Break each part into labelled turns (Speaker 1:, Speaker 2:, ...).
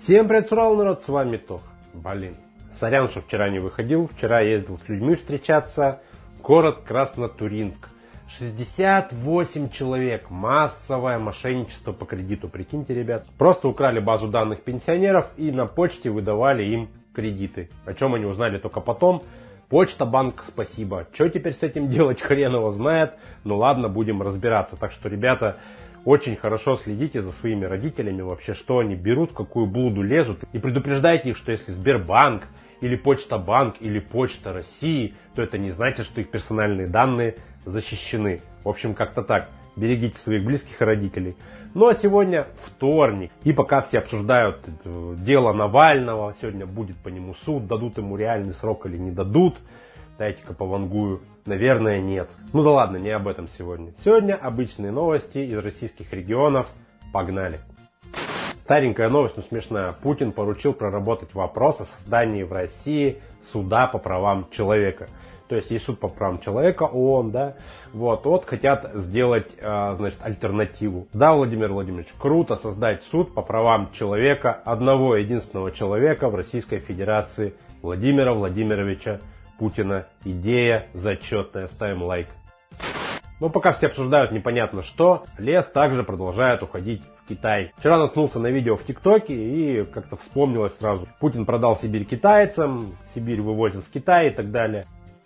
Speaker 1: Всем привет, Сурал, народ, с вами Тох. Блин, сорян, что вчера не выходил. Вчера ездил с людьми встречаться. Город Краснотуринск. 68 человек. Массовое мошенничество по кредиту. Прикиньте, ребят. Просто украли базу данных пенсионеров и на почте выдавали им кредиты. О чем они узнали только потом. Почта, банк, спасибо. Что теперь с этим делать, хрен его знает. Ну ладно, будем разбираться. Так что, ребята, очень хорошо следите за своими родителями, вообще, что они берут, в какую блуду лезут. И предупреждайте их, что если Сбербанк, или Почта Банк, или Почта России, то это не значит, что их персональные данные защищены. В общем, как-то так. Берегите своих близких и родителей. Ну а сегодня вторник. И пока все обсуждают дело Навального, сегодня будет по нему суд, дадут ему реальный срок или не дадут. Дайте-ка повангую. Наверное, нет. Ну да ладно, не об этом сегодня. Сегодня обычные новости из российских регионов. Погнали. Старенькая новость, но смешная. Путин поручил проработать вопрос о создании в России суда по правам человека. То есть есть суд по правам человека, ООН, да. Вот хотят сделать, значит, альтернативу. Да, Владимир Владимирович, круто создать суд по правам человека, одного единственного человека в Российской Федерации, Владимира Владимировича Путина. Идея зачетная. Ставим лайк. Но пока все обсуждают непонятно что, лес также продолжает уходить в Китай. Вчера наткнулся на видео в ТикТоке и как-то вспомнилось сразу. Путин продал Сибирь китайцам, Сибирь вывозят в Китай и так далее.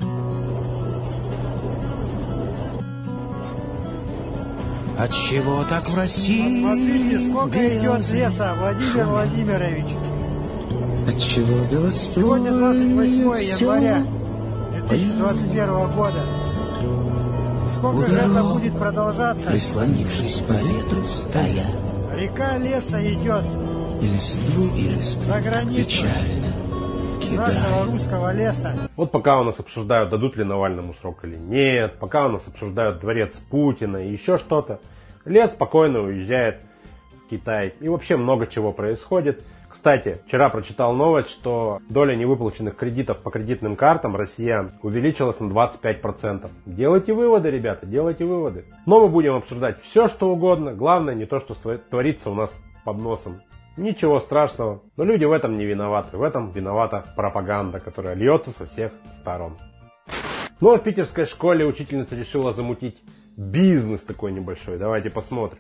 Speaker 2: Отчего так в России?
Speaker 3: Посмотрите, сколько идет леса, Владимир Владимирович.
Speaker 2: Отчего белостой?
Speaker 3: Сегодня 28 января 2021 года. Сколько же это будет продолжаться?
Speaker 2: Прислонившись по ветру стоя.
Speaker 3: Река леса идет
Speaker 2: И листву,
Speaker 3: за границу
Speaker 2: печально
Speaker 3: нашего
Speaker 2: кидает.
Speaker 3: русского леса.
Speaker 1: Вот пока у нас обсуждают, дадут ли Навальному срок или нет, пока у нас обсуждают дворец Путина и еще что-то, лес спокойно уезжает в Китай. И вообще много чего происходит. Кстати, вчера прочитал новость, что доля невыплаченных кредитов по кредитным картам россиян увеличилась на 25%. Делайте выводы, ребята, делайте выводы. Но мы будем обсуждать все, что угодно. Главное не то, что творится у нас под носом. Ничего страшного, но люди в этом не виноваты. В этом виновата пропаганда, которая льется со всех сторон. Ну а в питерской школе учительница решила замутить бизнес такой небольшой. Давайте посмотрим.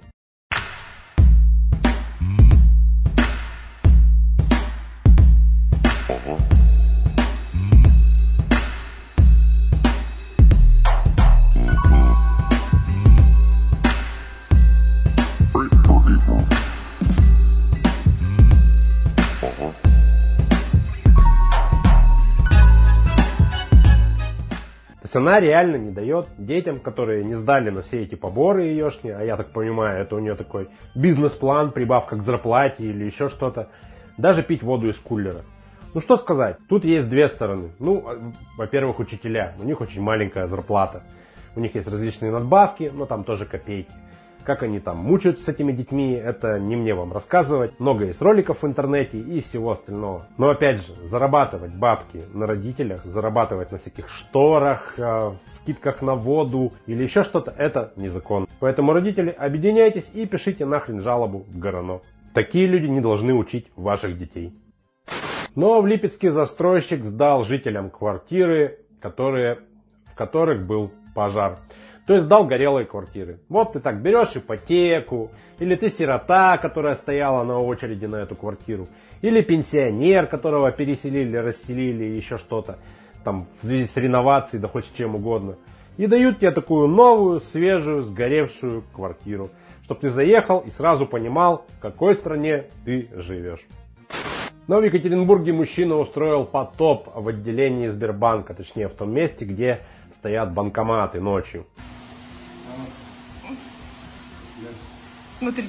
Speaker 1: То есть она реально не дает детям, которые не сдали на все эти поборы еешние, а я так понимаю, это у нее такой бизнес-план, прибавка к зарплате или еще что-то, даже пить воду из кулера. Ну что сказать, тут есть две стороны. Ну, во-первых, учителя, у них очень маленькая зарплата, у них есть различные надбавки, но там тоже копейки. Как они там мучаются с этими детьми, это не мне вам рассказывать. Много есть роликов в интернете и всего остального. Но опять же, зарабатывать бабки на родителях, зарабатывать на всяких шторах, скидках на воду или еще что-то, это незаконно. Поэтому, родители, объединяйтесь и пишите нахрен жалобу в ГРАНО. Такие люди не должны учить ваших детей. Но в Липецке застройщик сдал жителям квартиры, в которых был пожар. То есть сдал горелые квартиры. Вот ты так берешь ипотеку, или ты сирота, которая стояла на очереди на эту квартиру, или пенсионер, которого переселили, расселили, еще что-то, там в связи с реновацией, да хоть с чем угодно. И дают тебе такую новую, свежую, сгоревшую квартиру, чтобы ты заехал и сразу понимал, в какой стране ты живешь. Но в Екатеринбурге мужчина устроил потоп в отделении Сбербанка, точнее в том месте, где стоят банкоматы ночью.
Speaker 4: Смотрите.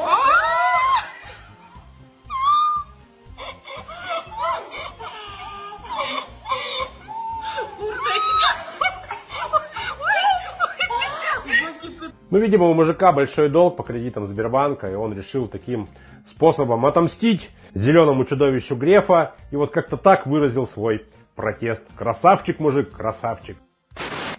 Speaker 1: Ну, видимо, у мужика большой долг по кредитам Сбербанка, и он решил таким способом отомстить зеленому чудовищу Грефа, и вот как-то так выразил свой протест. Красавчик, мужик, красавчик.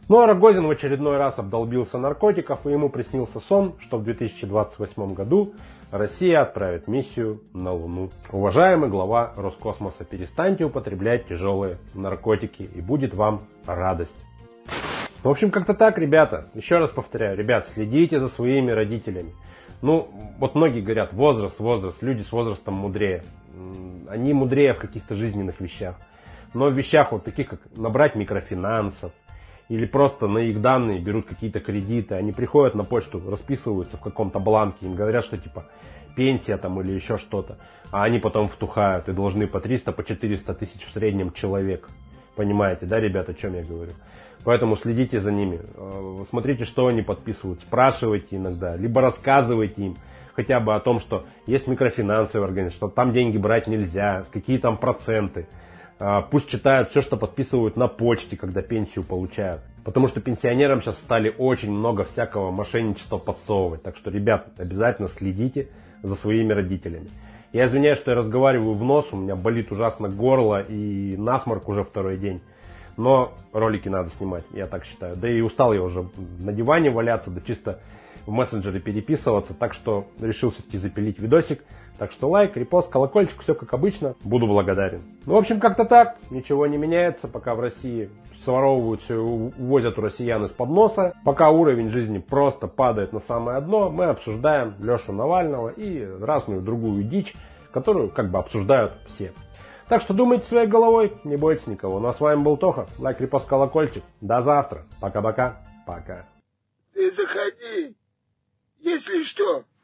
Speaker 1: Ну а Рогозин в очередной раз обдолбился наркотиков, и ему приснился сон, что в 2028 году Россия отправит миссию на Луну. Уважаемый глава Роскосмоса, перестаньте употреблять тяжелые наркотики, и будет вам радость. В общем, как-то так, ребята. Еще раз повторяю, ребят, следите за своими родителями. Ну, вот многие говорят, возраст, люди с возрастом мудрее. Они мудрее в каких-то жизненных вещах. Но в вещах вот таких, как набрать микрофинансов, или просто на их данные берут какие-то кредиты, они приходят на почту, расписываются в каком-то бланке, им говорят, что типа пенсия там или еще что-то, а они потом втухают и должны по 300, по 400 тысяч в среднем человек. Понимаете, да, ребята, о чем я говорю? Поэтому следите за ними, смотрите, что они подписывают, спрашивайте иногда, либо рассказывайте им хотя бы о том, что есть микрофинансовые организации, что там деньги брать нельзя, какие там проценты. Пусть читают все, что подписывают на почте, когда пенсию получают. Потому что пенсионерам сейчас стали очень много всякого мошенничества подсовывать. Так что, ребят, обязательно следите за своими родителями. Я извиняюсь, что я разговариваю в нос, у меня болит ужасно горло и насморк уже второй день. Но ролики надо снимать, я так считаю. Да и устал я уже на диване валяться, да чисто в мессенджере переписываться. Так что решил все-таки запилить видосик. Так что лайк, репост, колокольчик, все как обычно. Буду благодарен. Ну, в общем, как-то так. Ничего не меняется, пока в России своровывают все, увозят у россиян из-под носа. Пока уровень жизни просто падает на самое дно, мы обсуждаем Лешу Навального и разную другую дичь, которую как бы обсуждают все. Так что думайте своей головой, не бойтесь никого. Ну а с вами был Тоха. Лайк, репост, колокольчик. До завтра. Пока-пока. Пока.
Speaker 5: Ты заходи, если что.